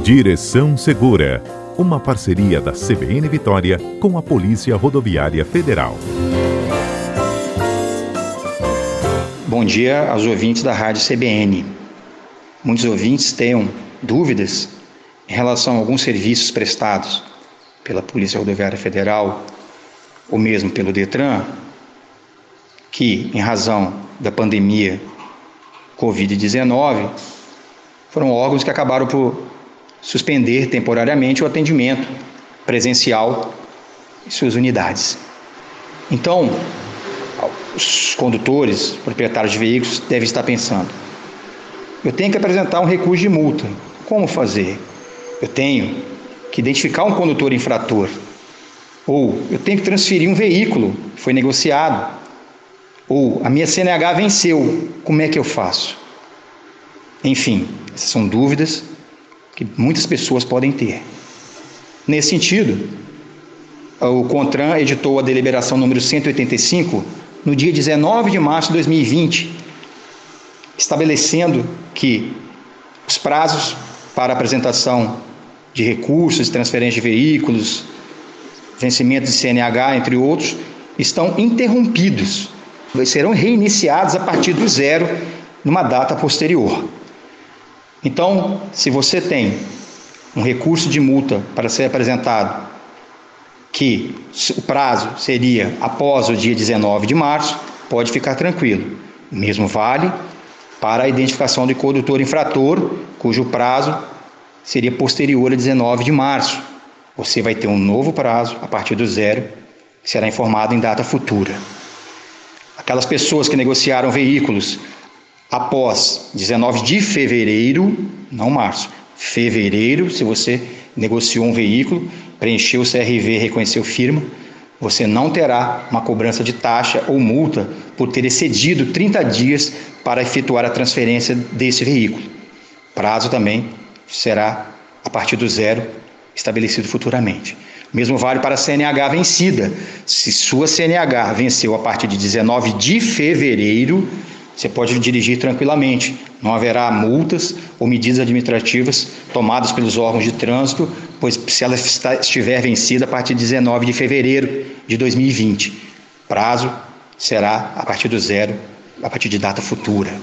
Direção Segura, uma parceria da CBN Vitória com a Polícia Rodoviária Federal. Bom dia aos ouvintes da Rádio CBN. Muitos ouvintes tenham dúvidas em relação a alguns serviços prestados pela Polícia Rodoviária Federal ou mesmo pelo Detran, que, em razão da pandemia Covid-19, foram órgãos que acabaram por suspender temporariamente o atendimento presencial em suas unidades. Então, os condutores, proprietários de veículos, devem estar pensando: eu tenho que apresentar um recurso de multa. Como fazer? Eu tenho que identificar um condutor infrator. Ou eu tenho que transferir um veículo que foi negociado. Ou a minha CNH venceu. Como é que eu faço? Enfim, essas são dúvidas que muitas pessoas podem ter. Nesse sentido, o CONTRAN editou a deliberação número 185 no dia 19 de março de 2020, estabelecendo que os prazos para apresentação de recursos, transferência de veículos, vencimento de CNH, entre outros, estão interrompidos. Serão reiniciados a partir do zero, numa data posterior. Então, se você tem um recurso de multa para ser apresentado, que o prazo seria após o dia 19 de março, pode ficar tranquilo. O mesmo vale para a identificação de condutor infrator, cujo prazo seria posterior a 19 de março. Você vai ter um novo prazo a partir do zero, que será informado em data futura. Aquelas pessoas que negociaram veículos após 19 de fevereiro, não março, fevereiro, se você negociou um veículo, preencheu o CRV, reconheceu firma, você não terá uma cobrança de taxa ou multa por ter excedido 30 dias para efetuar a transferência desse veículo. Prazo também será a partir do zero, estabelecido futuramente. O mesmo vale para a CNH vencida. Se sua CNH venceu a partir de 19 de fevereiro, você pode dirigir tranquilamente. Não haverá multas ou medidas administrativas tomadas pelos órgãos de trânsito, pois se ela estiver vencida a partir de 19 de fevereiro de 2020. Prazo será a partir do zero, a partir de data futura.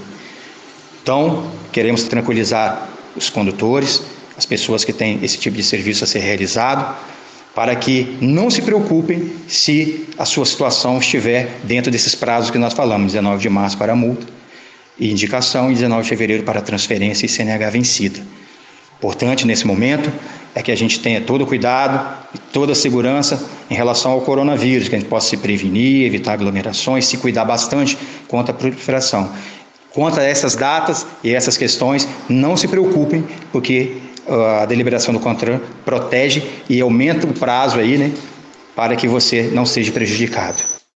Então, queremos tranquilizar os condutores, as pessoas que têm esse tipo de serviço a ser realizado, para que não se preocupem se a sua situação estiver dentro desses prazos que nós falamos, 19 de março para a multa e indicação e 19 de fevereiro para a transferência e CNH vencida. Importante nesse momento é que a gente tenha todo o cuidado e toda a segurança em relação ao coronavírus, que a gente possa se prevenir, evitar aglomerações, se cuidar bastante contra a proliferação. Quanto a essas datas e essas questões, não se preocupem, porque a deliberação do CONTRAN protege e aumenta o prazo aí, para que você não seja prejudicado.